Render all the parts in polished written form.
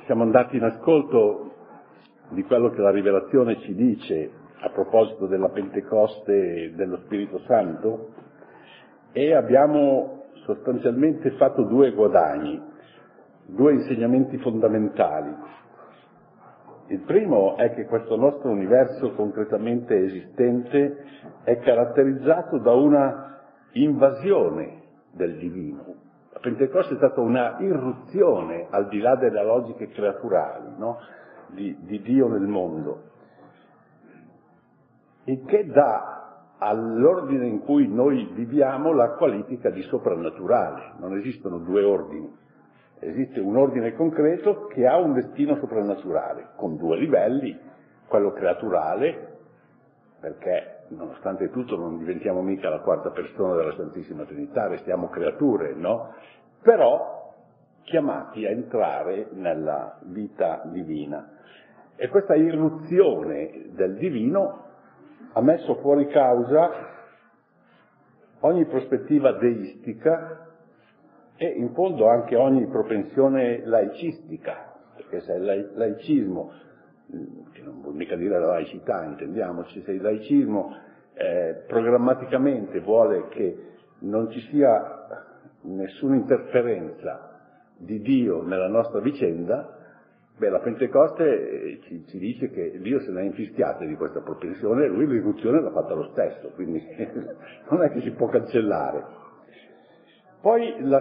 siamo andati in ascolto di quello che la Rivelazione ci dice a proposito della Pentecoste e dello Spirito Santo e abbiamo sostanzialmente fatto due guadagni, due insegnamenti fondamentali. Il primo è che questo nostro universo concretamente esistente è caratterizzato da una invasione del divino. La Pentecoste è stata una irruzione al di là delle logiche creaturali, no? di Dio nel mondo, il che dà all'ordine in cui noi viviamo la qualifica di soprannaturale. Non esistono due ordini, esiste un ordine concreto che ha un destino soprannaturale, con due livelli, quello creaturale, perché nonostante tutto non diventiamo mica la quarta persona della Santissima Trinità, restiamo creature, no? Però chiamati a entrare nella vita divina. E questa irruzione del divino ha messo fuori causa ogni prospettiva deistica e in fondo anche ogni propensione laicistica, perché se il laicismo, che non vuol mica dire la laicità, intendiamoci, se il laicismo programmaticamente vuole che non ci sia nessuna interferenza di Dio nella nostra vicenda, beh, la Pentecoste ci dice che Dio se ne è infischiato di questa propensione e lui l'irruzione l'ha fatta lo stesso, quindi non è che si può cancellare. Poi il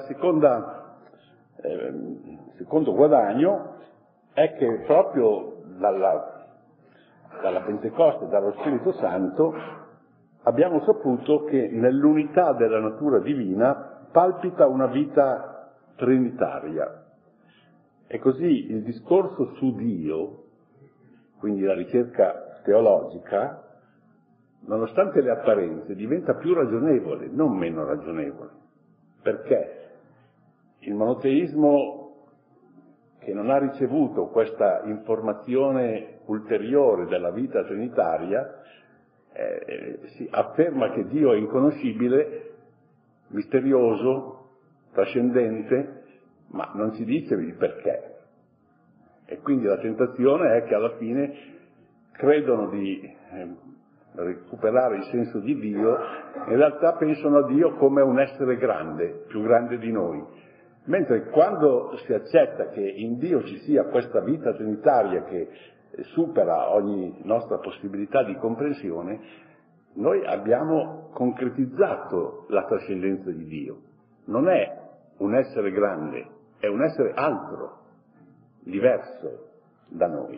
secondo guadagno è che proprio dalla Pentecoste, dallo Spirito Santo, abbiamo saputo che nell'unità della natura divina palpita una vita trinitaria. E così il discorso su Dio, quindi la ricerca teologica, nonostante le apparenze, diventa più ragionevole, non meno ragionevole. Perché il monoteismo, che non ha ricevuto questa informazione ulteriore della vita trinitaria, si afferma che Dio è inconoscibile, misterioso, trascendente, ma non si dice il perché. E quindi la tentazione è che alla fine credono di recuperare il senso di Dio, in realtà pensano a Dio come un essere grande, più grande di noi. Mentre quando si accetta che in Dio ci sia questa vita trinitaria che supera ogni nostra possibilità di comprensione, noi abbiamo concretizzato la trascendenza di Dio. Non è un essere grande, è un essere altro, diverso da noi.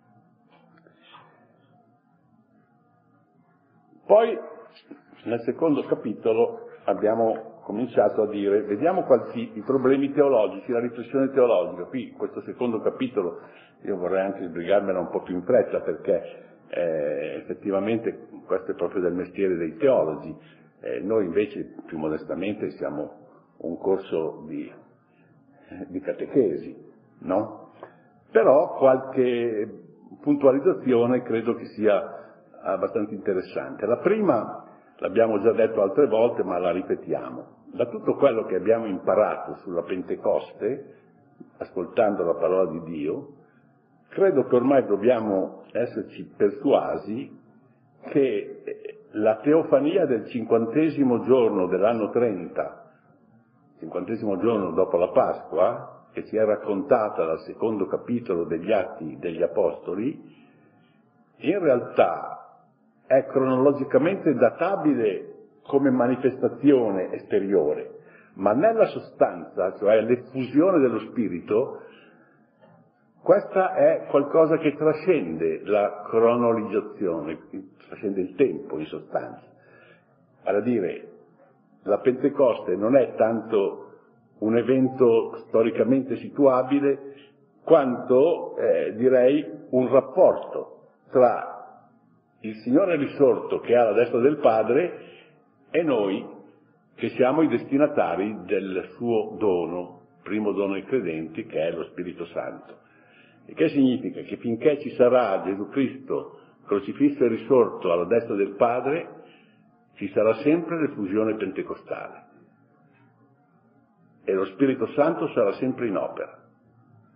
Poi, nel secondo capitolo, abbiamo cominciato a dire, vediamo i problemi teologici, la riflessione teologica. Qui, questo secondo capitolo, io vorrei anche sbrigarmela un po' più in fretta, perché effettivamente questo è proprio del mestiere dei teologi. Noi invece, più modestamente, siamo un corso di catechesi, no? Però qualche puntualizzazione credo che sia abbastanza interessante. La prima, l'abbiamo già detto altre volte, ma la ripetiamo. Da tutto quello che abbiamo imparato sulla Pentecoste, ascoltando la parola di Dio, credo che ormai dobbiamo esserci persuasi che la teofania del 50° giorno dell'anno 30, 50° giorno dopo la Pasqua, che ci è raccontata dal secondo capitolo degli Atti degli Apostoli, in realtà è cronologicamente databile come manifestazione esteriore, ma nella sostanza, cioè l'effusione dello Spirito, questa è qualcosa che trascende la cronologizzazione, trascende il tempo in sostanza. Vale a dire, la Pentecoste non è tanto un evento storicamente situabile, quanto, direi, un rapporto tra il Signore risorto che è alla destra del Padre e noi che siamo i destinatari del suo dono, primo dono ai credenti, che è lo Spirito Santo. E che significa? Che finché ci sarà Gesù Cristo crocifisso e risorto alla destra del Padre, ci sarà sempre l'effusione pentecostale. E lo Spirito Santo sarà sempre in opera.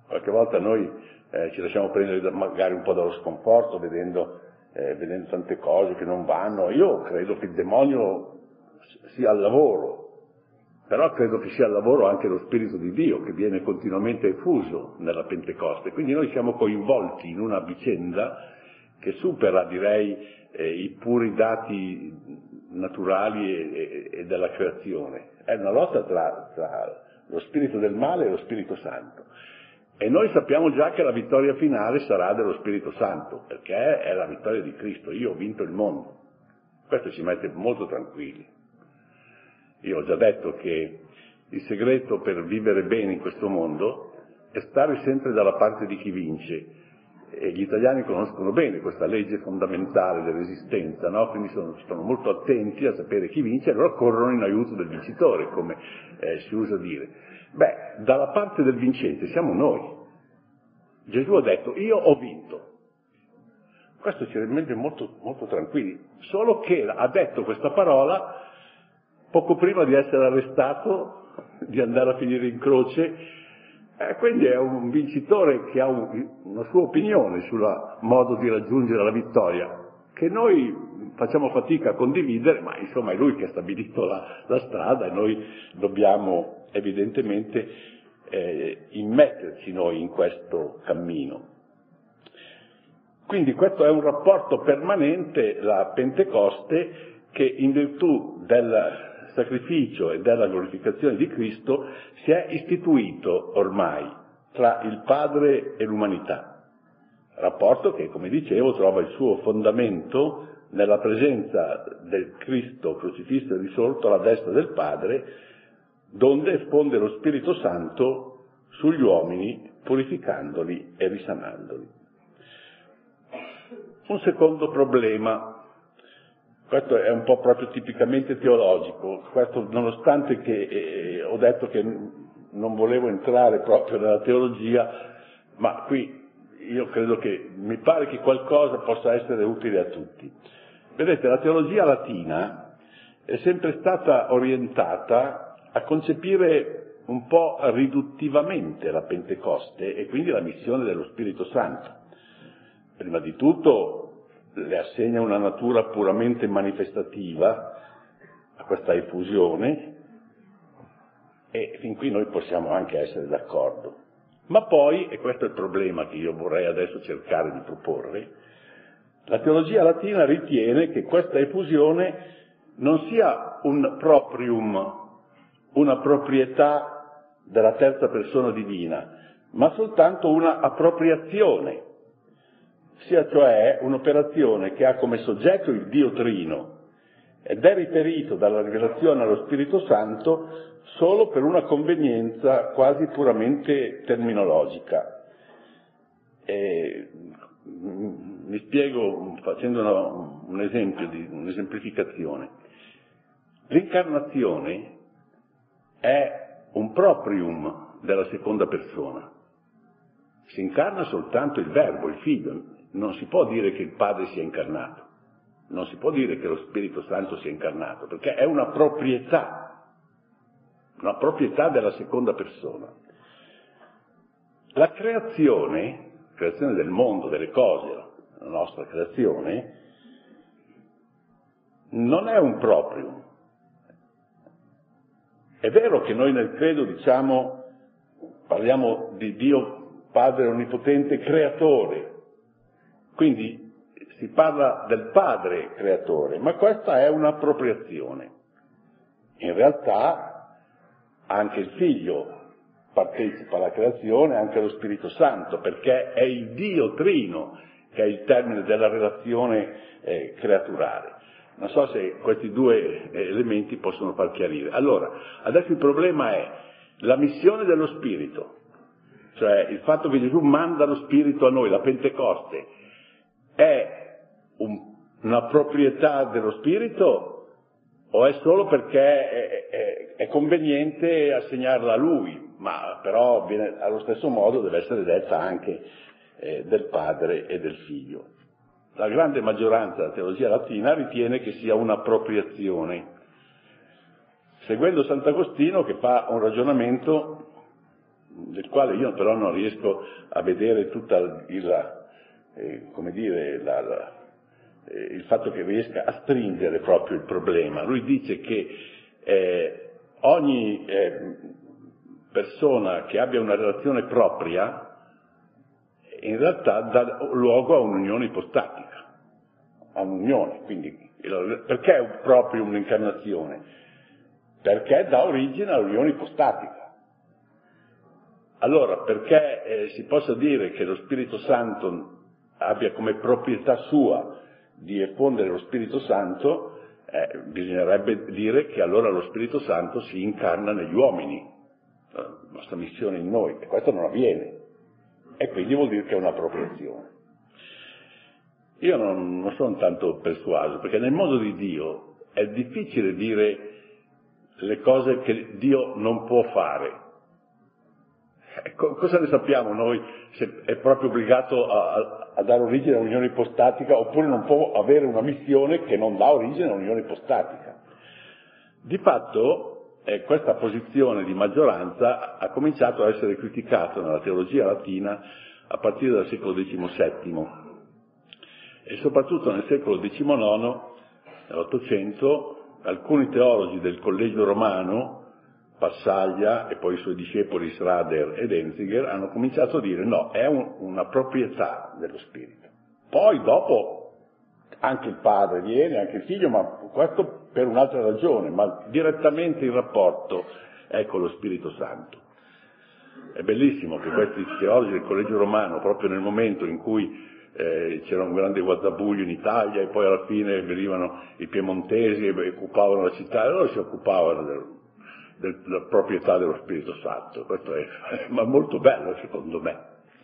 Qualche volta noi ci lasciamo prendere magari un po' dallo sconforto vedendo tante cose che non vanno. Io credo che il demonio sia al lavoro, però credo che sia al lavoro anche lo Spirito di Dio che viene continuamente effuso nella Pentecoste, quindi noi siamo coinvolti in una vicenda che supera, direi, i puri dati naturali e della creazione. È una lotta tra lo spirito del male e lo Spirito Santo. E noi sappiamo già che la vittoria finale sarà dello Spirito Santo, perché è la vittoria di Cristo. Io ho vinto il mondo. Questo ci mette molto tranquilli. Io ho già detto che il segreto per vivere bene in questo mondo è stare sempre dalla parte di chi vince. E gli italiani conoscono bene questa legge fondamentale dell'esistenza, no? Quindi sono molto attenti a sapere chi vince e allora corrono in aiuto del vincitore, come si usa dire. Beh, dalla parte del vincente siamo noi. Gesù ha detto, io ho vinto. Questo ci rende molto, molto tranquilli, solo che ha detto questa parola poco prima di essere arrestato, di andare a finire in croce. Quindi è un vincitore che ha una sua opinione sul modo di raggiungere la vittoria, che noi facciamo fatica a condividere, ma insomma è lui che ha stabilito la strada e noi dobbiamo evidentemente immetterci noi in questo cammino. Quindi questo è un rapporto permanente, la Pentecoste, che in virtù del sacrificio e della glorificazione di Cristo si è istituito ormai tra il Padre e l'umanità. Rapporto che, come dicevo, trova il suo fondamento nella presenza del Cristo crocifisso e risorto alla destra del Padre, donde sponde lo Spirito Santo sugli uomini, purificandoli e risanandoli. Un secondo problema. Questo è un po' proprio tipicamente teologico, questo nonostante che ho detto che non volevo entrare proprio nella teologia, ma qui io credo che mi pare che qualcosa possa essere utile a tutti. Vedete, la teologia latina è sempre stata orientata a concepire un po' riduttivamente la Pentecoste e quindi la missione dello Spirito Santo. Prima di tutto le assegna una natura puramente manifestativa a questa effusione e fin qui noi possiamo anche essere d'accordo. Ma poi, e questo è il problema che io vorrei adesso cercare di proporre, la teologia latina ritiene che questa effusione non sia un proprium, una proprietà della terza persona divina, ma soltanto una appropriazione, sia cioè un'operazione che ha come soggetto il Dio Trino ed è riferito dalla rivelazione allo Spirito Santo solo per una convenienza quasi puramente terminologica. Mi spiego facendo un esempio, un'esemplificazione. L'incarnazione è un proprium della seconda persona. Si incarna soltanto il Verbo, il Figlio. Non si può dire che il Padre sia incarnato, non si può dire che lo Spirito Santo sia incarnato, perché è una proprietà della seconda persona. La creazione del mondo, delle cose, la nostra creazione, non è un proprio. È vero che noi nel credo parliamo di Dio Padre Onnipotente Creatore, quindi si parla del Padre Creatore, ma questa è un'appropriazione. In realtà anche il Figlio partecipa alla creazione, anche lo Spirito Santo, perché è il Dio Trino che è il termine della relazione creaturale. Non so se questi due elementi possono far chiarire. Allora, adesso il problema è la missione dello Spirito, cioè il fatto che Gesù manda lo Spirito a noi, la Pentecoste, è una proprietà dello Spirito o è solo perché è conveniente assegnarla a Lui, ma però allo stesso modo deve essere detta anche del Padre e del Figlio. La grande maggioranza della teologia latina ritiene che sia un'appropriazione, seguendo Sant'Agostino che fa un ragionamento del quale io però non riesco a vedere tutta come dire, il fatto che riesca a stringere proprio il problema. Lui dice che ogni persona che abbia una relazione propria in realtà dà luogo a un'unione ipostatica, a un'unione. Quindi perché è proprio un'incarnazione? Perché dà origine all'unione ipostatica. Allora, perché si possa dire che lo Spirito Santo abbia come proprietà sua di effondere lo Spirito Santo, bisognerebbe dire che allora lo Spirito Santo si incarna negli uomini, la nostra missione in noi, e questo non avviene, e quindi vuol dire che è un'appropriazione. Io non sono tanto persuaso, perché nel mondo di Dio è difficile dire le cose che Dio non può fare. Cosa ne sappiamo noi se è proprio obbligato a dare origine a un'unione ipostatica oppure non può avere una missione che non dà origine a un'unione ipostatica? Di fatto questa posizione di maggioranza ha cominciato a essere criticata nella teologia latina a partire dal secolo XVII e soprattutto nel secolo XIX, nell'Ottocento, alcuni teologi del Collegio Romano, Passaglia e poi i suoi discepoli Schrader ed Enziger, hanno cominciato a dire no, è una proprietà dello Spirito. Poi dopo anche il Padre viene, anche il Figlio, ma questo per un'altra ragione, ma direttamente in rapporto è con lo Spirito Santo. È bellissimo che questi teologi del Collegio Romano, proprio nel momento in cui c'era un grande guazzabuglio in Italia e poi alla fine venivano i piemontesi e occupavano la città, e loro si occupavano della proprietà dello Spirito Santo. Questo è ma molto bello secondo me.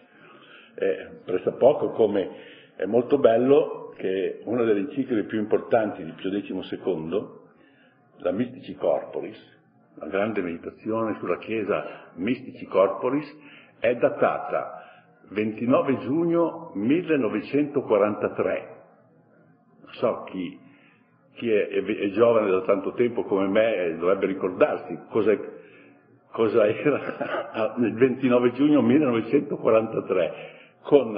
Pressappoco come è molto bello che una delle encicliche più importanti di Pio XII, la Mystici Corporis, la grande meditazione sulla Chiesa Mystici Corporis, è datata 29 giugno 1943. Non so chi è giovane da tanto tempo come me dovrebbe ricordarsi cosa era nel 29 giugno 1943, con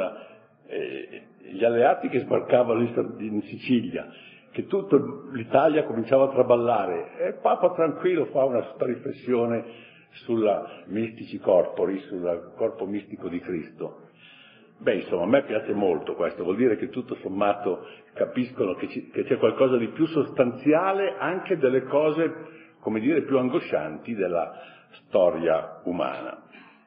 gli alleati che sbarcavano in Sicilia, che tutta l'Italia cominciava a traballare, e il Papa tranquillo fa una riflessione sulla Mystici Corpori, sul corpo mistico di Cristo. Beh, insomma, a me piace molto questo, vuol dire che tutto sommato capiscono che c'è qualcosa di più sostanziale anche delle cose, come dire, più angoscianti della storia umana.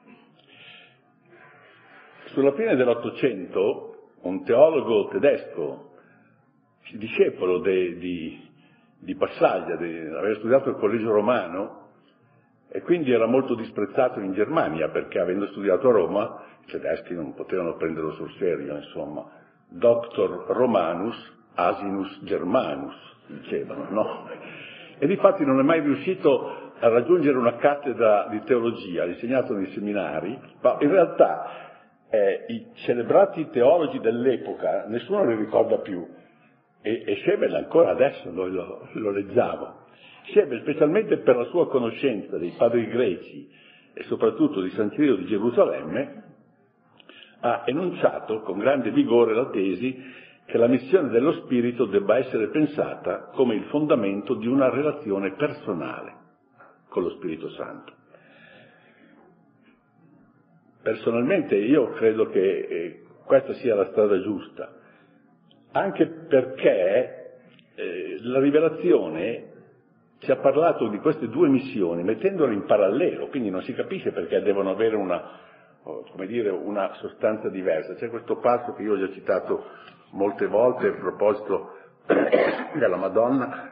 Sulla fine dell'Ottocento, un teologo tedesco, discepolo di Passaglia, aveva studiato il Collegio Romano, e quindi era molto disprezzato in Germania, perché avendo studiato a Roma, i tedeschi non potevano prenderlo sul serio, insomma. Doctor Romanus, asinus Germanus, dicevano, no? E difatti non è mai riuscito a raggiungere una cattedra di teologia, ha insegnato nei seminari, ma in realtà i celebrati teologi dell'epoca, nessuno li ricorda più, e Scebel ancora adesso noi lo leggiamo. Scebel, specialmente per la sua conoscenza dei padri greci e soprattutto di San Cirillo di Gerusalemme, ha enunciato con grande vigore la tesi che la missione dello Spirito debba essere pensata come il fondamento di una relazione personale con lo Spirito Santo. Personalmente io credo che questa sia la strada giusta, anche perché la rivelazione ci ha parlato di queste due missioni mettendole in parallelo, quindi non si capisce perché devono avere una sostanza diversa. C'è questo passo che io ho già citato molte volte a proposito della Madonna,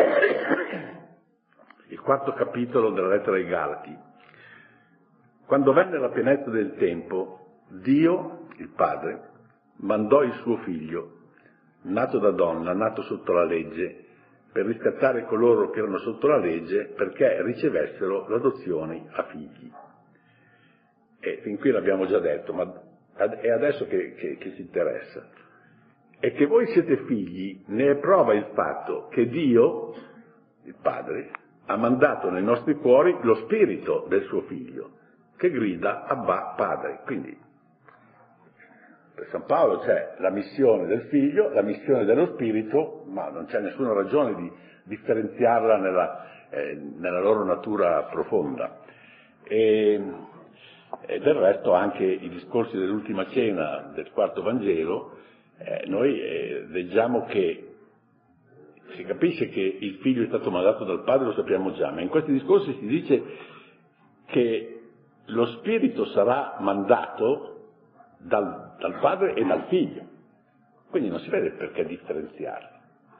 il 4° capitolo della lettera ai Galati. Quando venne la pienezza del tempo, Dio, il Padre, mandò il suo figlio, nato da donna, nato sotto la legge, per riscattare coloro che erano sotto la legge, perché ricevessero l'adozione a figli. E fin qui l'abbiamo già detto, ma è adesso che ci interessa. E che voi siete figli ne è prova il fatto che Dio, il Padre, ha mandato nei nostri cuori lo spirito del suo figlio, che grida Abba Padre. Quindi per San Paolo c'è la missione del Figlio, la missione dello Spirito, ma non c'è nessuna ragione di differenziarla nella loro natura profonda. E del resto anche i discorsi dell'ultima cena del quarto Vangelo, noi leggiamo che si capisce che il Figlio è stato mandato dal Padre, lo sappiamo già, ma in questi discorsi si dice che lo Spirito sarà mandato dal Padre e dal Figlio, quindi non si vede perché differenziarli.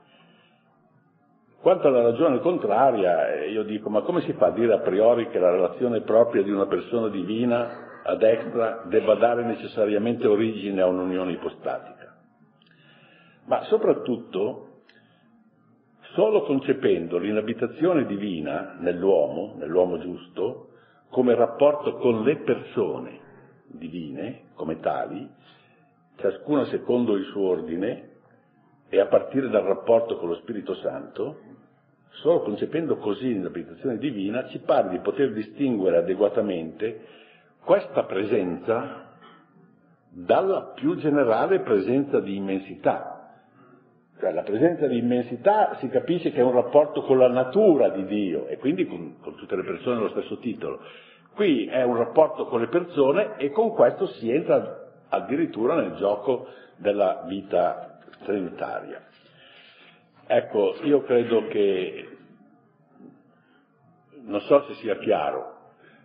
Quanto alla ragione contraria, io dico, ma come si fa a dire a priori che la relazione propria di una persona divina ad extra debba dare necessariamente origine a un'unione ipostatica? Ma soprattutto, solo concependo l'inabitazione divina nell'uomo giusto, come rapporto con le persone divine, come tali, ciascuna secondo il suo ordine, e a partire dal rapporto con lo Spirito Santo, solo concependo così l'inabitazione divina, ci pare di poter distinguere adeguatamente questa presenza dalla più generale presenza di immensità. Cioè la presenza di immensità si capisce che è un rapporto con la natura di Dio, e quindi con tutte le persone allo stesso titolo. Qui è un rapporto con le persone e con questo si entra addirittura nel gioco della vita trinitaria. Ecco, io credo che, non so se sia chiaro,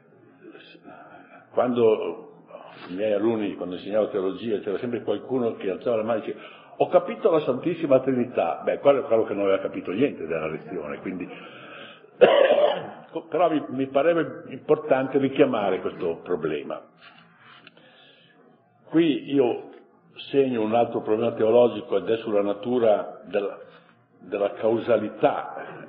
quando i miei alunni, quando insegnavo teologia, c'era sempre qualcuno che alzava la mano e diceva ho capito la Santissima Trinità. Beh, quello è quello che non aveva capito niente della lezione, quindi però mi pareva importante richiamare questo problema. Qui io segno un altro problema teologico ed è sulla natura della causalità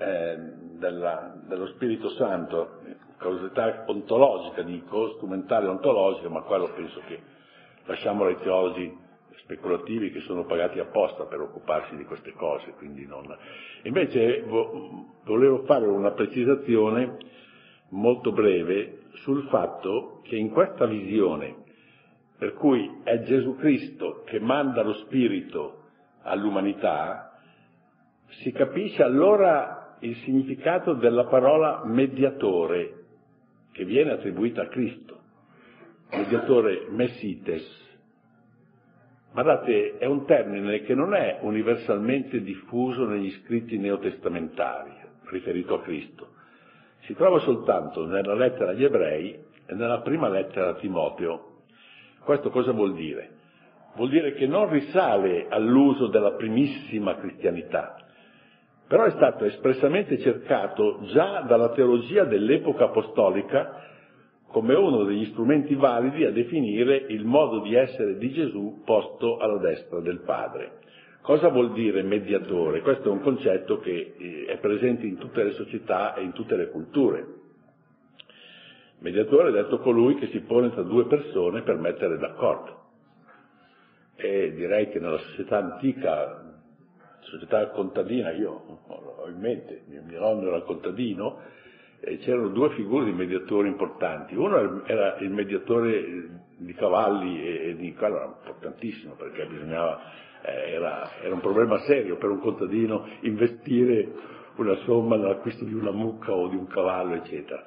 dello Spirito Santo, causalità ontologica, dico, strumentale ontologica, ma quello penso che lasciamo ai teologi speculativi che sono pagati apposta per occuparsi di queste cose, quindi non. Invece volevo fare una precisazione molto breve sul fatto che in questa visione, per cui è Gesù Cristo che manda lo Spirito all'umanità, si capisce allora il significato della parola mediatore che viene attribuita a Cristo, mediatore messites. Guardate, è un termine che non è universalmente diffuso negli scritti neotestamentari riferito a Cristo. Si trova soltanto nella lettera agli Ebrei e nella prima lettera a Timoteo. Questo cosa vuol dire? Vuol dire che non risale all'uso della primissima cristianità, però è stato espressamente cercato già dalla teologia dell'epoca apostolica come uno degli strumenti validi a definire il modo di essere di Gesù posto alla destra del Padre. Cosa vuol dire mediatore? Questo è un concetto che è presente in tutte le società e in tutte le culture. Mediatore è detto colui che si pone tra due persone per mettere d'accordo. E direi che nella società antica, società contadina, io ho in mente, mio nonno era contadino, e c'erano due figure di mediatori importanti. Uno era il mediatore di cavalli e di quello era importantissimo perché era un problema serio per un contadino investire una somma nell'acquisto di una mucca o di un cavallo, eccetera.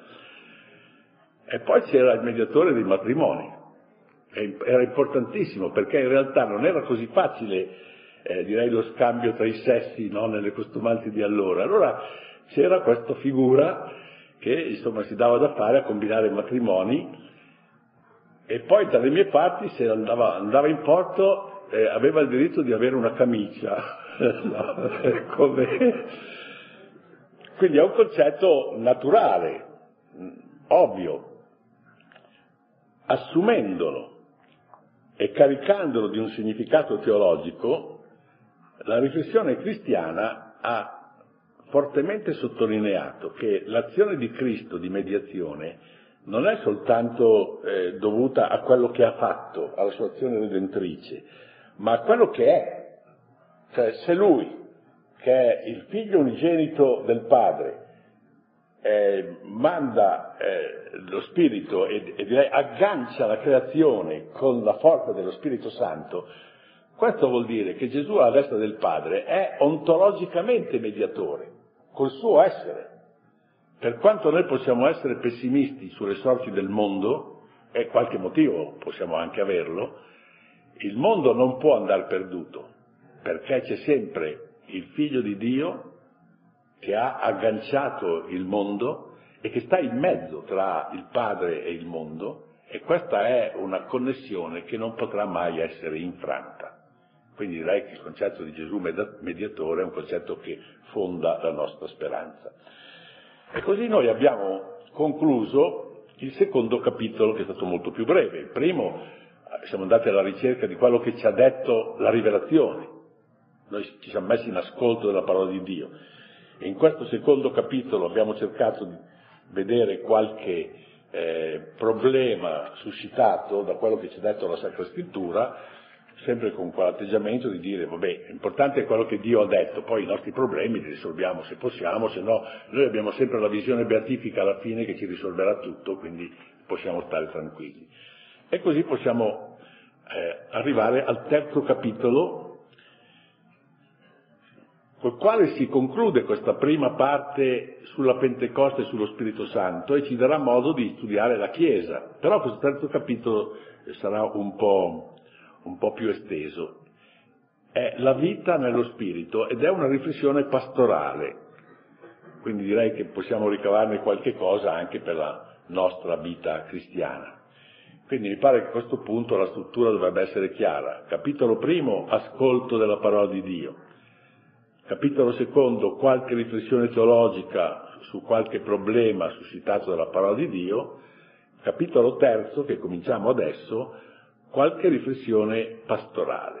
E poi c'era il mediatore dei matrimoni. Era importantissimo perché in realtà non era così facile, direi, lo scambio tra i sessi, no, nelle costumanze di allora. Allora c'era questa figura che insomma si dava da fare a combinare matrimoni, e poi dalle mie parti se andava in porto aveva il diritto di avere una camicia. No, quindi è un concetto naturale, ovvio. Assumendolo e caricandolo di un significato teologico, la riflessione cristiana ha fortemente sottolineato che l'azione di Cristo di mediazione non è soltanto dovuta a quello che ha fatto, alla sua azione redentrice, ma a quello che è. Cioè, se Lui, che è il Figlio unigenito del Padre, manda lo Spirito e direi aggancia la creazione con la forza dello Spirito Santo, questo vuol dire che Gesù alla destra del Padre è ontologicamente mediatore, col suo essere. Per quanto noi possiamo essere pessimisti sulle sorti del mondo, e qualche motivo possiamo anche averlo, il mondo non può andare perduto, perché c'è sempre il Figlio di Dio che ha agganciato il mondo e che sta in mezzo tra il Padre e il mondo, e questa è una connessione che non potrà mai essere infranta. Quindi direi che il concetto di Gesù mediatore è un concetto che fonda la nostra speranza. E così noi abbiamo concluso il secondo capitolo, che è stato molto più breve. Il primo, siamo andati alla ricerca di quello che ci ha detto la rivelazione. Noi ci siamo messi in ascolto della parola di Dio. E in questo secondo capitolo abbiamo cercato di vedere qualche problema suscitato da quello che ci ha detto la Sacra Scrittura, sempre con quell'atteggiamento di dire, vabbè, l'importante è quello che Dio ha detto, poi i nostri problemi li risolviamo se possiamo, se no noi abbiamo sempre la visione beatifica alla fine che ci risolverà tutto, quindi possiamo stare tranquilli. E così possiamo arrivare al terzo capitolo, col quale si conclude questa prima parte sulla Pentecoste e sullo Spirito Santo e ci darà modo di studiare la Chiesa. Però questo terzo capitolo sarà un po' più esteso. È la vita nello Spirito ed è una riflessione pastorale, quindi direi che possiamo ricavarne qualche cosa anche per la nostra vita cristiana. Quindi mi pare che a questo punto la struttura dovrebbe essere chiara. Capitolo primo, ascolto della parola di Dio. Capitolo secondo, qualche riflessione teologica su qualche problema suscitato dalla parola di Dio. Capitolo terzo, che cominciamo adesso, qualche riflessione pastorale.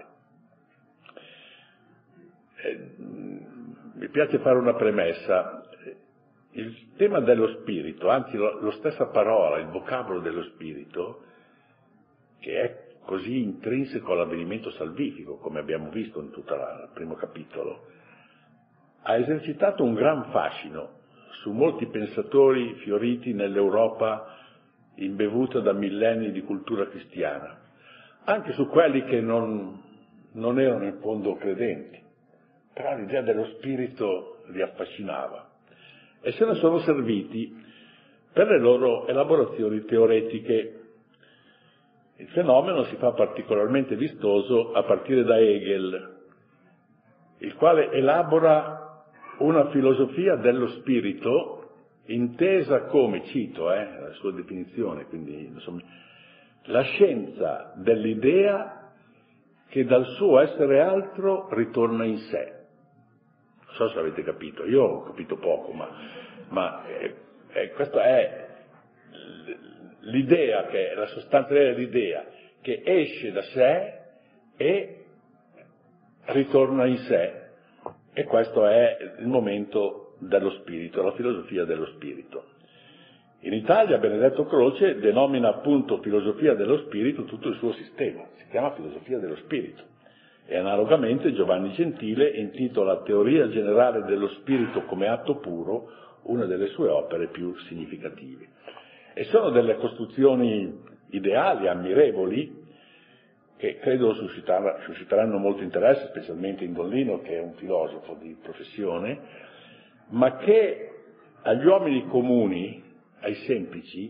Mi piace fare una premessa. Il tema dello Spirito, anzi la stessa parola, il vocabolo dello Spirito, che è così intrinseco all'avvenimento salvifico, come abbiamo visto in tutto il primo capitolo, ha esercitato un gran fascino su molti pensatori fioriti nell'Europa imbevuta da millenni di cultura cristiana, anche su quelli che non erano in fondo credenti, però l'idea dello Spirito li affascinava e se ne sono serviti per le loro elaborazioni teoretiche. Il fenomeno si fa particolarmente vistoso a partire da Hegel, il quale elabora una filosofia dello spirito intesa come, cito la sua definizione, quindi insomma, la scienza dell'idea che dal suo essere altro ritorna in sé. Non so se avete capito, io ho capito poco, ma questa è l'idea, che è la sostanza dell'idea, che esce da sé e ritorna in sé. E questo è il momento dello spirito, la filosofia dello spirito. In Italia Benedetto Croce denomina appunto filosofia dello spirito tutto il suo sistema, si chiama filosofia dello spirito. E analogamente Giovanni Gentile intitola Teoria generale dello spirito come atto puro una delle sue opere più significative. E sono delle costruzioni ideali, ammirevoli, che credo susciteranno molto interesse, specialmente in Dollino, che è un filosofo di professione, ma che agli uomini comuni, ai semplici,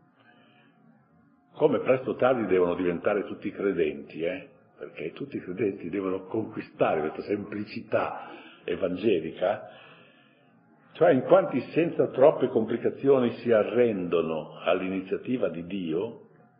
come presto o tardi devono diventare tutti credenti, perché tutti i credenti devono conquistare questa semplicità evangelica, cioè in quanti senza troppe complicazioni si arrendono all'iniziativa di Dio,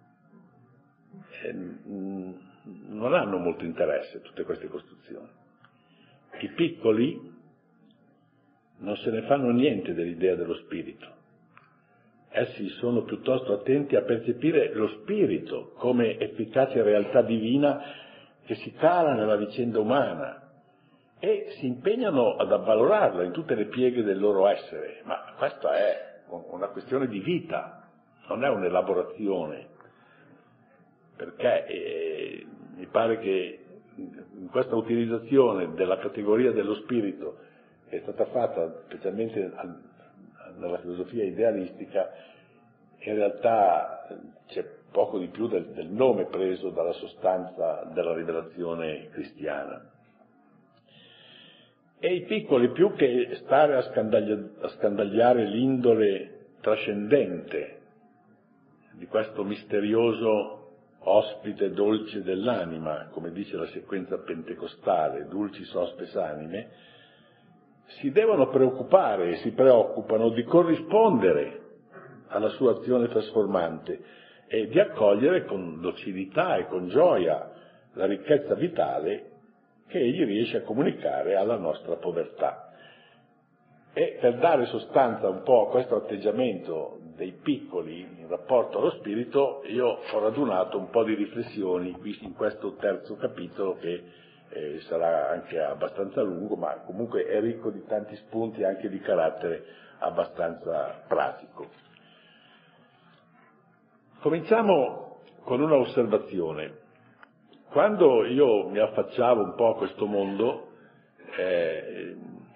non hanno molto interesse tutte queste costruzioni. I piccoli non se ne fanno niente dell'idea dello spirito. Essi sono piuttosto attenti a percepire lo spirito come efficace realtà divina che si cala nella vicenda umana e si impegnano ad avvalorarla in tutte le pieghe del loro essere. Ma questa è una questione di vita, non è un'elaborazione. Perché mi pare che in questa utilizzazione della categoria dello spirito che è stata fatta specialmente al nella filosofia idealistica, in realtà c'è poco di più del nome preso dalla sostanza della rivelazione cristiana. E i piccoli, più che stare a scandagliare l'indole trascendente di questo misterioso ospite dolce dell'anima, come dice la sequenza pentecostale, dulcis hospes anime, si devono preoccupare e si preoccupano di corrispondere alla sua azione trasformante e di accogliere con docilità e con gioia la ricchezza vitale che egli riesce a comunicare alla nostra povertà. E per dare sostanza un po' a questo atteggiamento dei piccoli in rapporto allo spirito, io ho radunato un po' di riflessioni qui in questo terzo capitolo che sarà anche abbastanza lungo, ma comunque è ricco di tanti spunti anche di carattere abbastanza pratico. Cominciamo con una osservazione. Quando io mi affacciavo un po' a questo mondo, è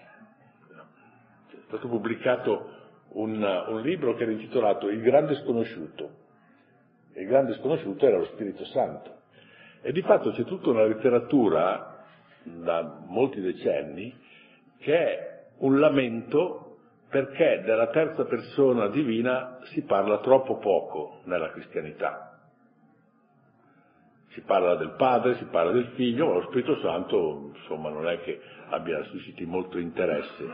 stato pubblicato un libro che era intitolato Il grande sconosciuto. Il grande sconosciuto era lo Spirito Santo. E di fatto c'è tutta una letteratura da molti decenni che è un lamento perché della terza persona divina si parla troppo poco nella cristianità. Si parla del Padre, si parla del Figlio, ma lo Spirito Santo, insomma, non è che abbia susciti molto interesse.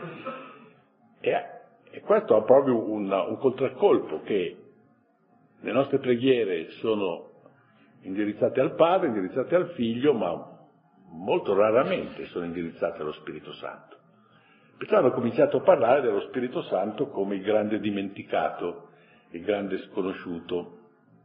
E questo ha proprio un contraccolpo, che le nostre preghiere sono indirizzate al Padre, indirizzate al Figlio, ma molto raramente sono indirizzate allo Spirito Santo. Perciò hanno cominciato a parlare dello Spirito Santo come il grande dimenticato, il grande sconosciuto.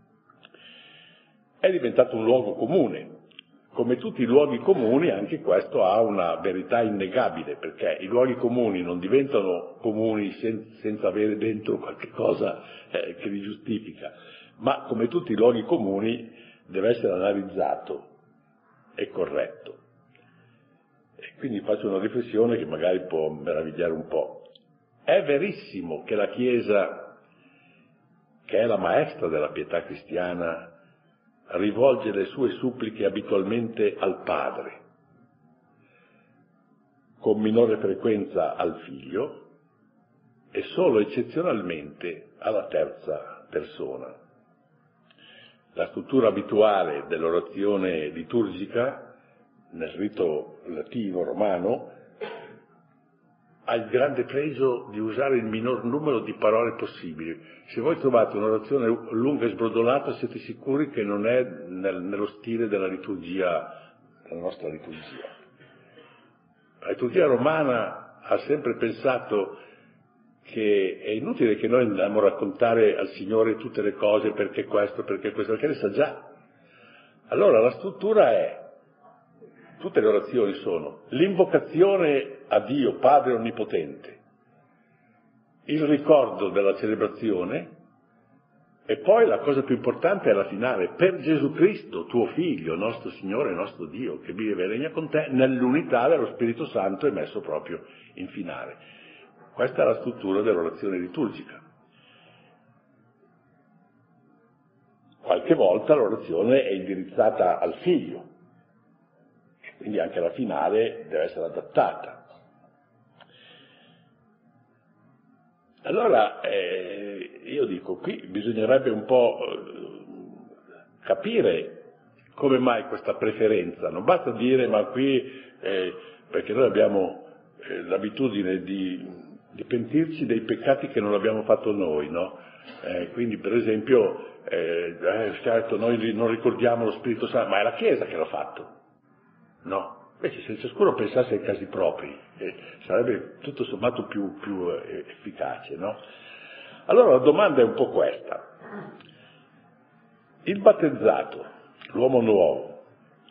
È diventato un luogo comune. Come tutti i luoghi comuni, anche questo ha una verità innegabile, perché i luoghi comuni non diventano comuni senza avere dentro qualche cosa che li giustifica, ma come tutti i luoghi comuni deve essere analizzato e corretto. E quindi faccio una riflessione che magari può meravigliare un po'. È verissimo che la Chiesa, che è la maestra della pietà cristiana, rivolge le sue suppliche abitualmente al Padre, con minore frequenza al Figlio e solo eccezionalmente alla terza persona. La struttura abituale dell'orazione liturgica nel rito latino romano ha il grande pregio di usare il minor numero di parole possibili. Se voi trovate un'orazione lunga e sbrodolata, siete sicuri che non è nello stile della liturgia, della nostra liturgia. La liturgia romana ha sempre pensato che è inutile che noi andiamo a raccontare al Signore tutte le cose, perché questo, perché le sa già. Allora la struttura è, tutte le orazioni sono l'invocazione a Dio Padre Onnipotente, il ricordo della celebrazione e poi la cosa più importante è la finale, per Gesù Cristo, tuo Figlio, nostro Signore e nostro Dio, che vive e regna con te nell'unità dello Spirito Santo è messo proprio in finale. Questa è la struttura dell'orazione liturgica. Qualche volta l'orazione è indirizzata al Figlio, quindi anche la finale deve essere adattata. Allora, io dico, qui bisognerebbe un po' capire come mai questa preferenza. Non basta dire, ma qui, perché noi abbiamo l'abitudine di pentirci dei peccati che non abbiamo fatto noi, no? Quindi, per esempio, certo, noi non ricordiamo lo Spirito Santo, ma è la Chiesa che l'ha fatto. No, invece se ciascuno pensasse ai casi propri sarebbe tutto sommato più efficace, no? Allora la domanda è un po' questa. Il battezzato, l'uomo nuovo,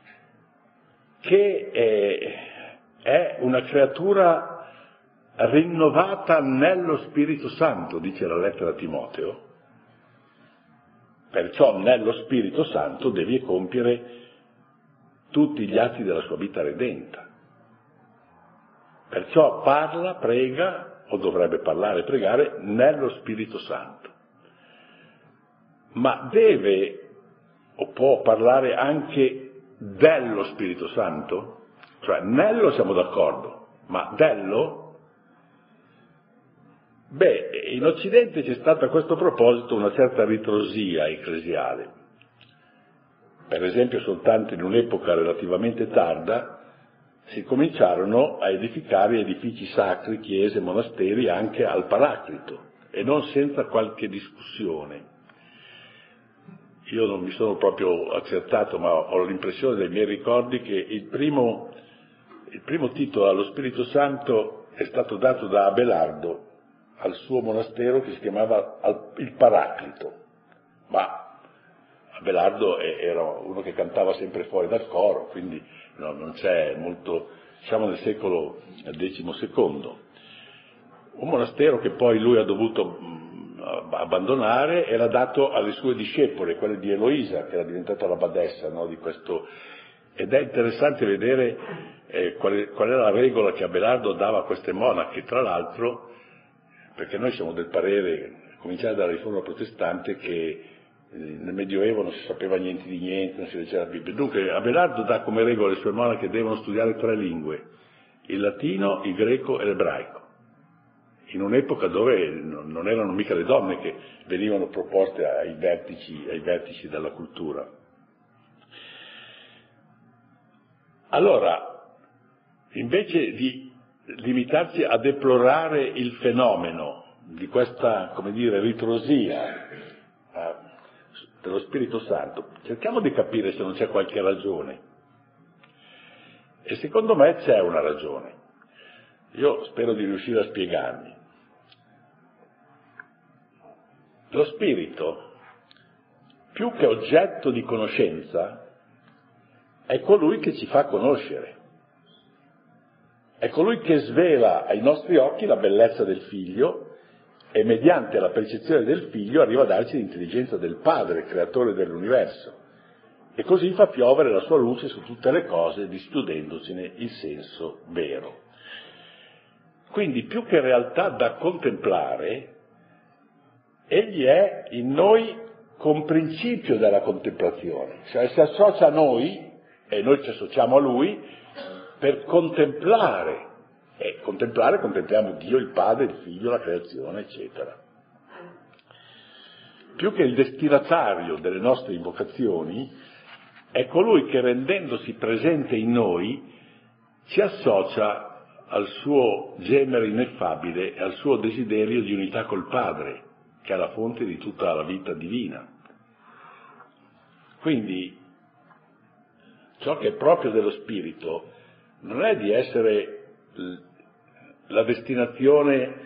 che è una creatura rinnovata nello Spirito Santo, dice la lettera a Timoteo, perciò nello Spirito Santo devi compiere tutti gli atti della sua vita redenta. Perciò parla, prega o dovrebbe parlare e pregare nello Spirito Santo. Ma deve o può parlare anche dello Spirito Santo? Cioè, nello siamo d'accordo, ma dello? Beh, in Occidente c'è stata a questo proposito una certa ritrosia ecclesiale. Per esempio, soltanto in un'epoca relativamente tarda si cominciarono a edificare edifici sacri, chiese, monasteri anche al Paraclito, e non senza qualche discussione. Io non mi sono proprio accertato, ma ho l'impressione dai miei ricordi che il primo titolo allo Spirito Santo è stato dato da Abelardo al suo monastero che si chiamava il Paraclito, ma Abelardo era uno che cantava sempre fuori dal coro, quindi non c'è molto, siamo nel secolo XII. Un monastero che poi lui ha dovuto abbandonare era dato alle sue discepole, quelle di Eloisa, che era diventata la badessa, no, di questo. Ed è interessante vedere qual è la regola che Abelardo dava a queste monache, tra l'altro, perché noi siamo del parere, a cominciare dalla riforma protestante, che nel Medioevo non si sapeva niente di niente, non si leggeva la Bibbia. Dunque Abelardo dà come regola alle sue monache che devono studiare 3 lingue, il latino, il greco e l'ebraico, in un'epoca dove non erano mica le donne che venivano proposte ai vertici della cultura. Allora, invece di limitarsi a deplorare il fenomeno di questa, come dire, ritrosia dello Spirito Santo, cerchiamo di capire se non c'è qualche ragione. E secondo me c'è una ragione. Io spero di riuscire a spiegarmi. Lo Spirito, più che oggetto di conoscenza, è colui che ci fa conoscere. È colui che svela ai nostri occhi la bellezza del Figlio e mediante la percezione del Figlio arriva a darci l'intelligenza del Padre, creatore dell'universo, e così fa piovere la sua luce su tutte le cose, dischiudendocene il senso vero. Quindi, più che realtà da contemplare, egli è in noi con principio della contemplazione, cioè si associa a noi e noi ci associamo a lui per contemplare. E contempliamo Dio, il Padre, il Figlio, la creazione, eccetera. Più che il destinatario delle nostre invocazioni, è colui che, rendendosi presente in noi, ci associa al suo gemere ineffabile e al suo desiderio di unità col Padre, che è la fonte di tutta la vita divina. Quindi, ciò che è proprio dello Spirito non è di essere la destinazione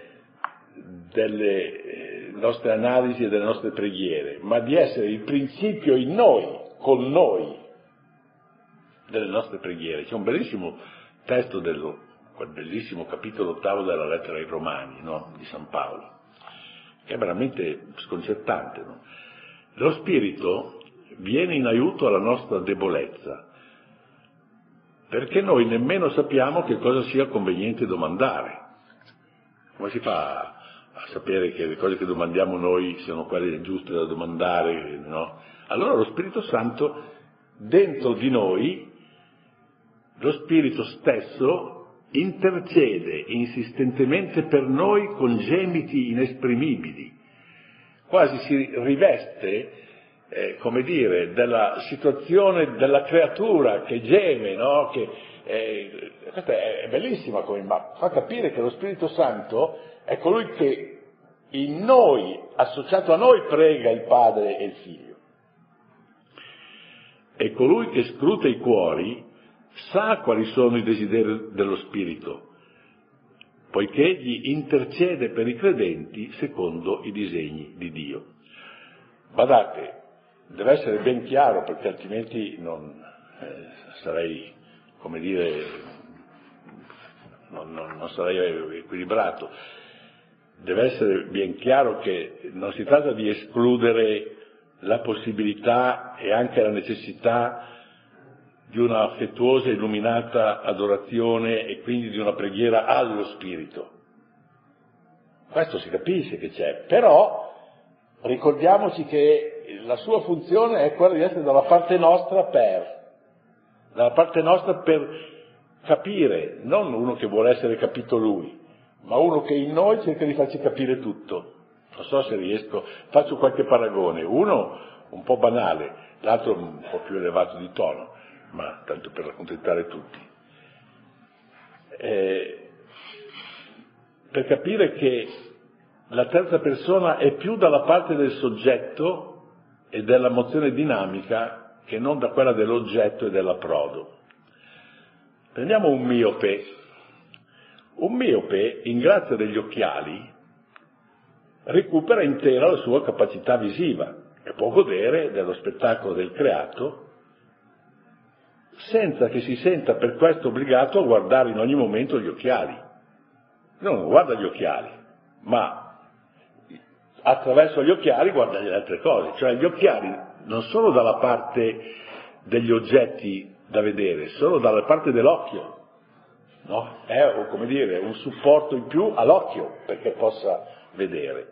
delle nostre analisi e delle nostre preghiere, ma di essere il principio in noi, con noi, delle nostre preghiere. C'è un bellissimo testo quel bellissimo capitolo 8 della lettera ai Romani, no? Di San Paolo, che è veramente sconcertante, no? Lo Spirito viene in aiuto alla nostra debolezza, perché noi nemmeno sappiamo che cosa sia conveniente domandare. Come si fa a sapere che le cose che domandiamo noi siano quelle giuste da domandare, no? Allora lo Spirito Santo, dentro di noi, lo Spirito stesso intercede insistentemente per noi con gemiti inesprimibili, quasi si riveste, come dire, della situazione della creatura che geme, no? Questa è bellissima come immagine, fa capire che lo Spirito Santo è colui che in noi, associato a noi, prega il Padre e il Figlio. È colui che scruta i cuori, sa quali sono i desideri dello Spirito, poiché egli intercede per i credenti secondo i disegni di Dio. Badate, deve essere ben chiaro, perché altrimenti non sarei, come dire, non sarei equilibrato. Deve essere ben chiaro che non si tratta di escludere la possibilità e anche la necessità di una affettuosa e illuminata adorazione e quindi di una preghiera allo Spirito. Questo si capisce che c'è, però ricordiamoci che la sua funzione è quella di essere dalla parte nostra per capire, non uno che vuole essere capito lui, ma uno che in noi cerca di farci capire tutto. Non so se riesco, faccio qualche paragone, uno un po' banale, l'altro un po' più elevato di tono, ma tanto per accontentare tutti. Per capire che la terza persona è più dalla parte del soggetto e della mozione dinamica che non da quella dell'oggetto e dell'approdo. Prendiamo un miope. Un miope, in grazia degli occhiali, recupera intera la sua capacità visiva e può godere dello spettacolo del creato senza che si senta per questo obbligato a guardare in ogni momento gli occhiali. Non guarda gli occhiali, ma attraverso gli occhiali guarda le altre cose, cioè gli occhiali non sono dalla parte degli oggetti da vedere, sono dalla parte dell'occhio, no? È, come dire, un supporto in più all'occhio perché possa vedere.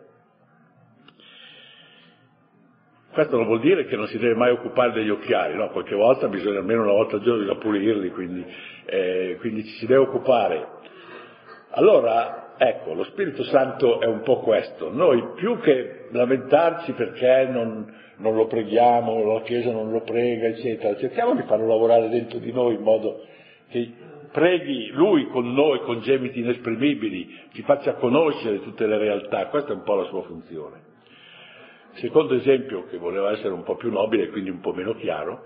Questo non vuol dire che non si deve mai occupare degli occhiali, no? Qualche volta bisogna, almeno una volta al giorno, bisogna pulirli, quindi ci si deve occupare. Allora, ecco, lo Spirito Santo è un po' questo. Noi, più che lamentarci perché non lo preghiamo, la Chiesa non lo prega, eccetera, cerchiamo di farlo lavorare dentro di noi in modo che preghi Lui con noi, con gemiti inesprimibili, ci faccia conoscere tutte le realtà. Questa è un po' la sua funzione. Secondo esempio, che voleva essere un po' più nobile e quindi un po' meno chiaro,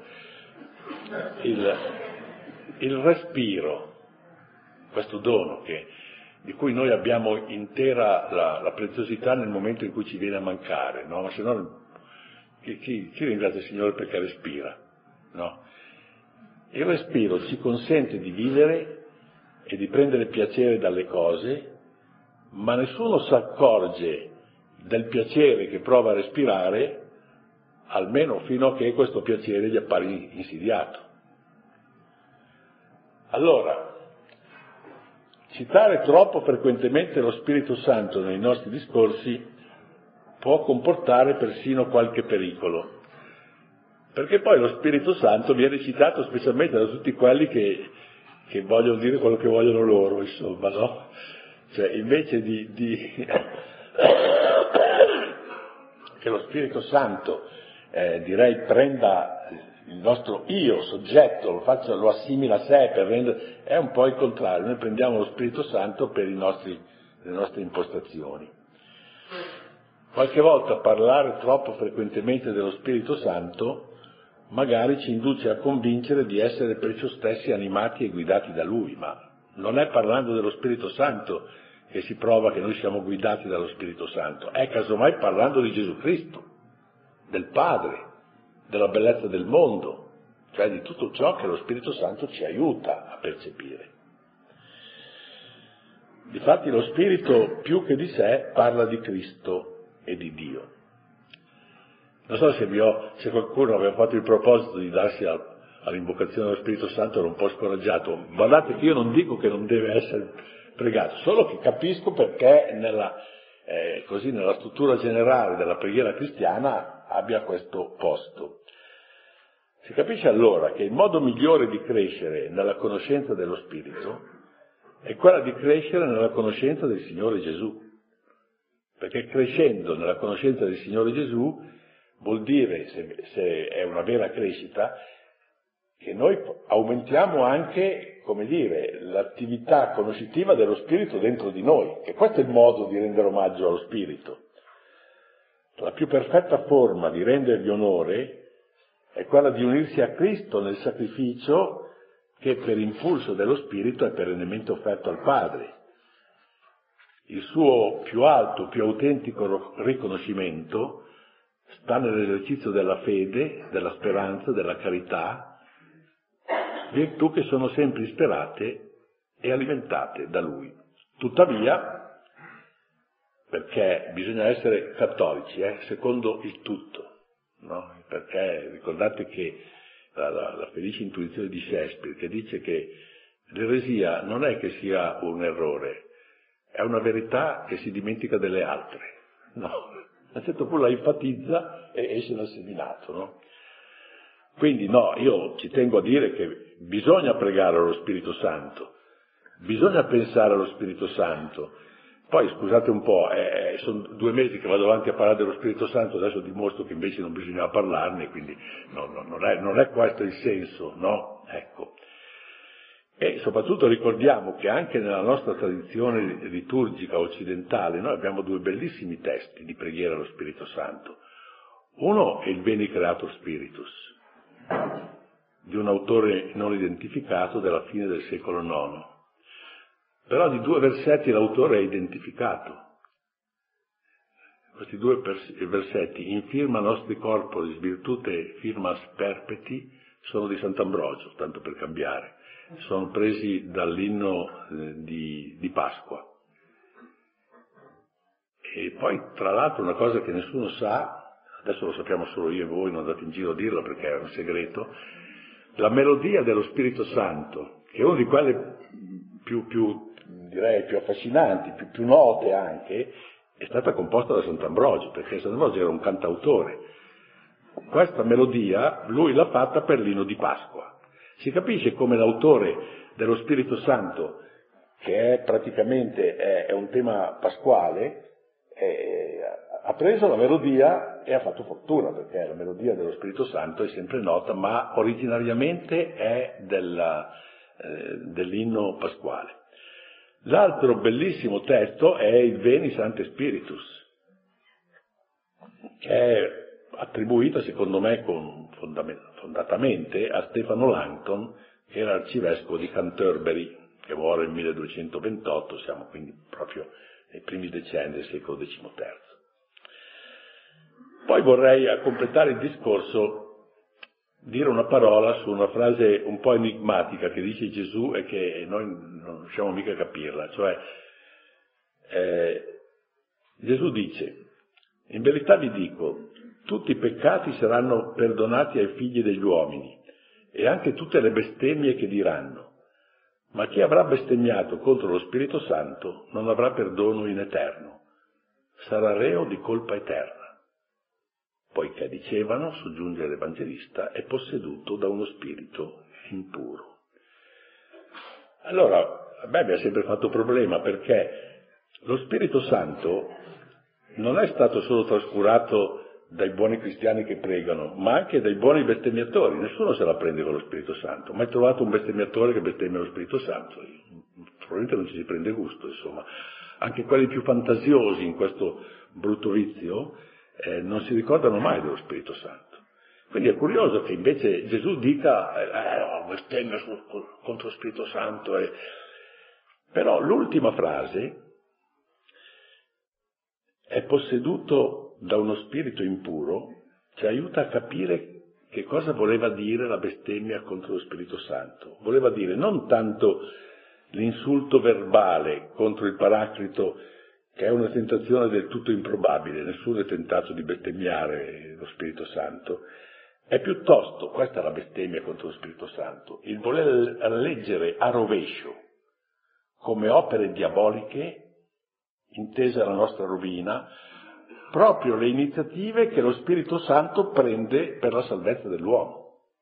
il respiro, questo dono di cui noi abbiamo intera la preziosità nel momento in cui ci viene a mancare, no? Ma se no, chi ringrazia il Signore perché respira, no? Il respiro ci consente di vivere e di prendere piacere dalle cose, ma nessuno si accorge del piacere che prova a respirare, almeno fino a che questo piacere gli appare insidiato. Allora, citare troppo frequentemente lo Spirito Santo nei nostri discorsi può comportare persino qualche pericolo, perché poi lo Spirito Santo viene citato specialmente da tutti quelli che vogliono dire quello che vogliono loro, insomma, no? Cioè, invece che lo Spirito Santo, direi, prenda il nostro io, soggetto, lo assimila a sé, è un po' il contrario. Noi prendiamo lo Spirito Santo per le nostre impostazioni. Qualche volta parlare troppo frequentemente dello Spirito Santo magari ci induce a convincere di essere per ciò stessi animati e guidati da Lui, ma non è parlando dello Spirito Santo che si prova che noi siamo guidati dallo Spirito Santo, è casomai parlando di Gesù Cristo, del Padre, della bellezza del mondo, cioè di tutto ciò che lo Spirito Santo ci aiuta a percepire. Difatti lo Spirito, più che di sé, parla di Cristo e di Dio. Non so se qualcuno aveva fatto il proposito di darsi all'invocazione dello Spirito Santo, era un po' scoraggiato. Guardate che io non dico che non deve essere pregato, solo che capisco perché nella struttura generale della preghiera cristiana abbia questo posto. Si capisce allora che il modo migliore di crescere nella conoscenza dello Spirito è quella di crescere nella conoscenza del Signore Gesù, perché crescendo nella conoscenza del Signore Gesù vuol dire, se è una vera crescita, che noi aumentiamo anche, come dire, l'attività conoscitiva dello Spirito dentro di noi, che questo è il modo di rendere omaggio allo Spirito. La più perfetta forma di rendergli onore è quella di unirsi a Cristo nel sacrificio che per impulso dello Spirito è perennemente offerto al Padre. Il suo più alto, più autentico riconoscimento sta nell'esercizio della fede, della speranza, della carità, virtù che sono sempre ispirate e alimentate da Lui. Tuttavia, perché bisogna essere cattolici, secondo il tutto, no? Perché ricordate che la felice intuizione di Shakespeare, che dice che l'eresia non è che sia un errore, è una verità che si dimentica delle altre. No, a un certo punto la enfatizza e esce dal seminato, no? Quindi no, io ci tengo a dire che bisogna pregare allo Spirito Santo, bisogna pensare allo Spirito Santo. Poi scusate un po', sono 2 mesi che vado avanti a parlare dello Spirito Santo, adesso dimostro che invece non bisognava parlarne, quindi non è questo il senso, no? Ecco. E soprattutto ricordiamo che anche nella nostra tradizione liturgica occidentale noi abbiamo 2 bellissimi testi di preghiera allo Spirito Santo. Uno è il Veni Creator Spiritus, di un autore non identificato della fine del secolo IX. Però di 2 versetti l'autore è identificato. Questi 2 versetti, in firma nostri corporis virtute firmas perpeti, sono di Sant'Ambrogio, tanto per cambiare. Sono presi dall'inno di Pasqua. E poi, tra l'altro, una cosa che nessuno sa, adesso lo sappiamo solo io e voi, non andate in giro a dirlo perché è un segreto, la melodia dello Spirito Santo, che è una di quelle più affascinanti, più note anche, è stata composta da Sant'Ambrogio, perché Sant'Ambrogio era un cantautore. Questa melodia lui l'ha fatta per l'inno di Pasqua. Si capisce come l'autore dello Spirito Santo, che è praticamente è un tema pasquale, ha preso la melodia e ha fatto fortuna, perché la melodia dello Spirito Santo è sempre nota, ma originariamente è dell'inno pasquale. L'altro bellissimo testo è il Veni Sancte Spiritus, che è attribuito, secondo me, fondatamente a Stefano Langton, che era arcivescovo di Canterbury, che muore nel 1228, siamo quindi proprio nei primi decenni del secolo XIII. Poi vorrei, a completare il discorso, dire una parola su una frase un po' enigmatica che dice Gesù e che noi non riusciamo mica a capirla. Cioè, Gesù dice, in verità vi dico, tutti i peccati saranno perdonati ai figli degli uomini e anche tutte le bestemmie che diranno, ma chi avrà bestemmiato contro lo Spirito Santo non avrà perdono in eterno, sarà reo di colpa eterna. Poiché dicevano, soggiunge l'Evangelista, è posseduto da uno spirito impuro. Allora, a me mi ha sempre fatto problema perché lo Spirito Santo non è stato solo trascurato dai buoni cristiani che pregano, ma anche dai buoni bestemmiatori. Nessuno se la prende con lo Spirito Santo. Mai trovato un bestemmiatore che bestemmia lo Spirito Santo? Probabilmente non ci si prende gusto, insomma. Anche quelli più fantasiosi in questo brutto vizio non si ricordano mai dello Spirito Santo. Quindi è curioso che invece Gesù dica bestemmia contro lo Spirito Santo. Però l'ultima frase è posseduto da uno spirito impuro, ci aiuta a capire che cosa voleva dire la bestemmia contro lo Spirito Santo. Voleva dire non tanto l'insulto verbale contro il Paraclito, che è una tentazione del tutto improbabile, nessuno è tentato di bestemmiare lo Spirito Santo, è piuttosto, questa è la bestemmia contro lo Spirito Santo, il voler leggere a rovescio, come opere diaboliche, intesa la nostra rovina, proprio le iniziative che lo Spirito Santo prende per la salvezza dell'uomo.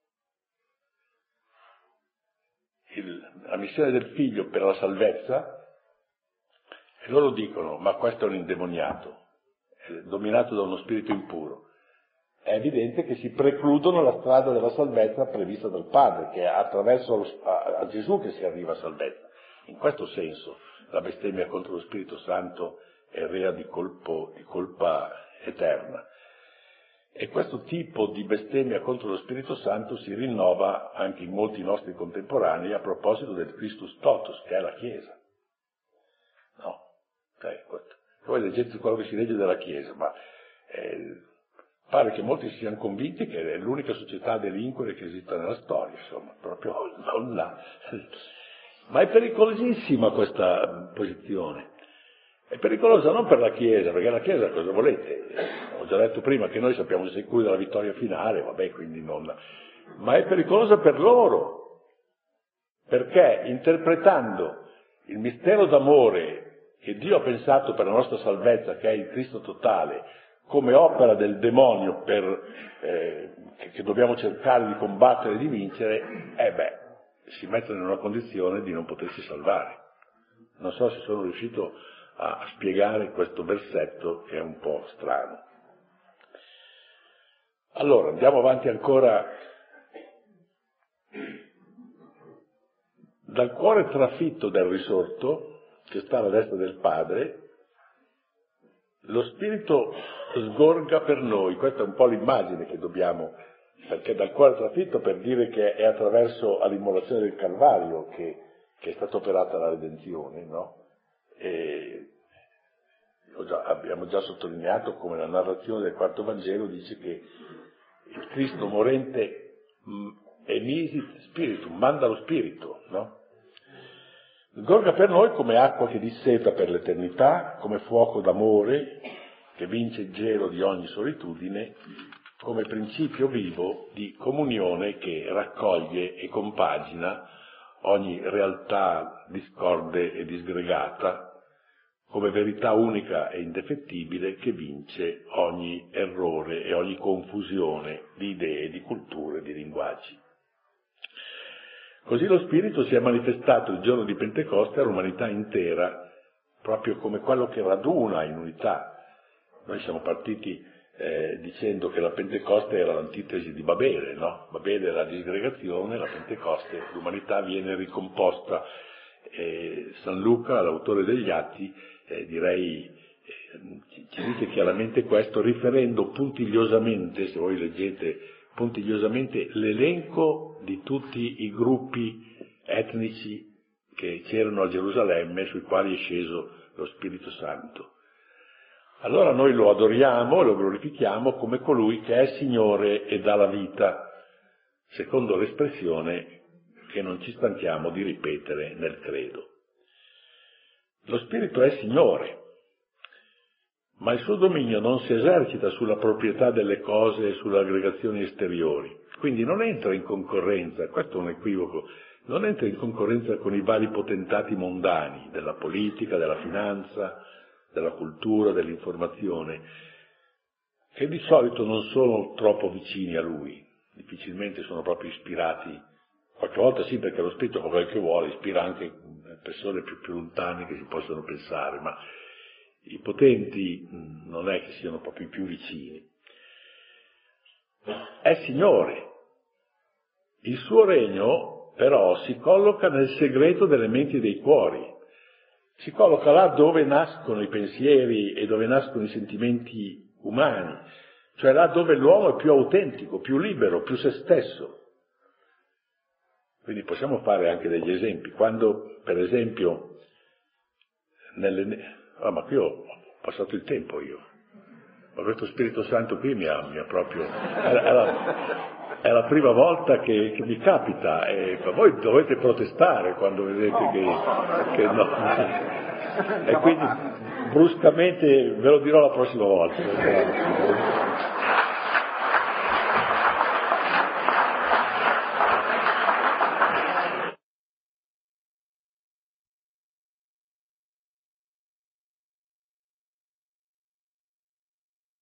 La missione del Figlio per la salvezza, e loro dicono, ma questo è un indemoniato, è dominato da uno spirito impuro. È evidente che si precludono la strada della salvezza prevista dal Padre, che è attraverso a Gesù che si arriva a salvezza. In questo senso la bestemmia contro lo Spirito Santo è rea di colpa eterna. E questo tipo di bestemmia contro lo Spirito Santo si rinnova anche in molti nostri contemporanei a proposito del Christus Totus, che è la Chiesa. No? Voi leggete quello che si legge della Chiesa, ma pare che molti si siano convinti che è l'unica società a delinquere che esista nella storia, insomma, proprio non là. Ma è pericolosissima questa posizione. È pericolosa non per la Chiesa, perché la Chiesa cosa volete? Ho già detto prima che noi sappiamo sicuri della vittoria finale, vabbè, quindi non. Ma è pericolosa per loro, perché interpretando il mistero d'amore che Dio ha pensato per la nostra salvezza, che è il Cristo totale, come opera del demonio che dobbiamo cercare di combattere e di vincere, si mettono in una condizione di non potersi salvare. Non so se sono riuscito a spiegare questo versetto che è un po' strano. Allora, andiamo avanti ancora. Dal cuore trafitto del risorto, che sta alla destra del Padre, lo Spirito sgorga per noi. Questa è un po' l'immagine che dobbiamo, perché dal cuore trafitto per dire che è attraverso l'immolazione del Calvario che è stata operata la redenzione, no? E abbiamo già sottolineato come la narrazione del quarto Vangelo dice che il Cristo morente emisit spiritum, manda lo Spirito, no? Sgorga per noi come acqua che disseta per l'eternità, come fuoco d'amore che vince il gelo di ogni solitudine, come principio vivo di comunione che raccoglie e compagina ogni realtà discorde e disgregata, come verità unica e indefettibile che vince ogni errore e ogni confusione di idee, di culture, di linguaggi. Così lo Spirito si è manifestato il giorno di Pentecoste all'umanità intera, proprio come quello che raduna in unità. Noi siamo partiti dicendo che la Pentecoste era l'antitesi di Babele, no? Babele è la disgregazione, la Pentecoste, l'umanità viene ricomposta. San Luca, l'autore degli Atti, ci dice chiaramente questo, riferendo puntigliosamente, se voi leggete puntigliosamente, l'elenco di tutti i gruppi etnici che c'erano a Gerusalemme, sui quali è sceso lo Spirito Santo. Allora noi lo adoriamo e lo glorifichiamo come colui che è Signore e dà la vita, secondo l'espressione che non ci stanchiamo di ripetere nel credo. Lo Spirito è Signore, ma il suo dominio non si esercita sulla proprietà delle cose e sulle aggregazioni esteriori, quindi non entra in concorrenza, questo è un equivoco, non entra in concorrenza con i vari potentati mondani della politica, della finanza, della cultura, dell'informazione, che di solito non sono troppo vicini a lui, difficilmente sono proprio ispirati, qualche volta sì perché lo Spirito fa quel che vuole, ispira anche persone più lontane che si possono pensare, ma i potenti non è che siano proprio i più vicini. È Signore. Il suo regno però si colloca nel segreto delle menti e dei cuori, si colloca là dove nascono i pensieri e dove nascono i sentimenti umani, cioè là dove l'uomo è più autentico, più libero, più se stesso. Quindi possiamo fare anche degli esempi. Quando, per esempio, ma qui ho passato il tempo io. Ma questo Spirito Santo qui mi ha proprio... È la prima volta che mi capita, e voi dovete protestare quando vedete che no. E quindi bruscamente ve lo dirò la prossima volta.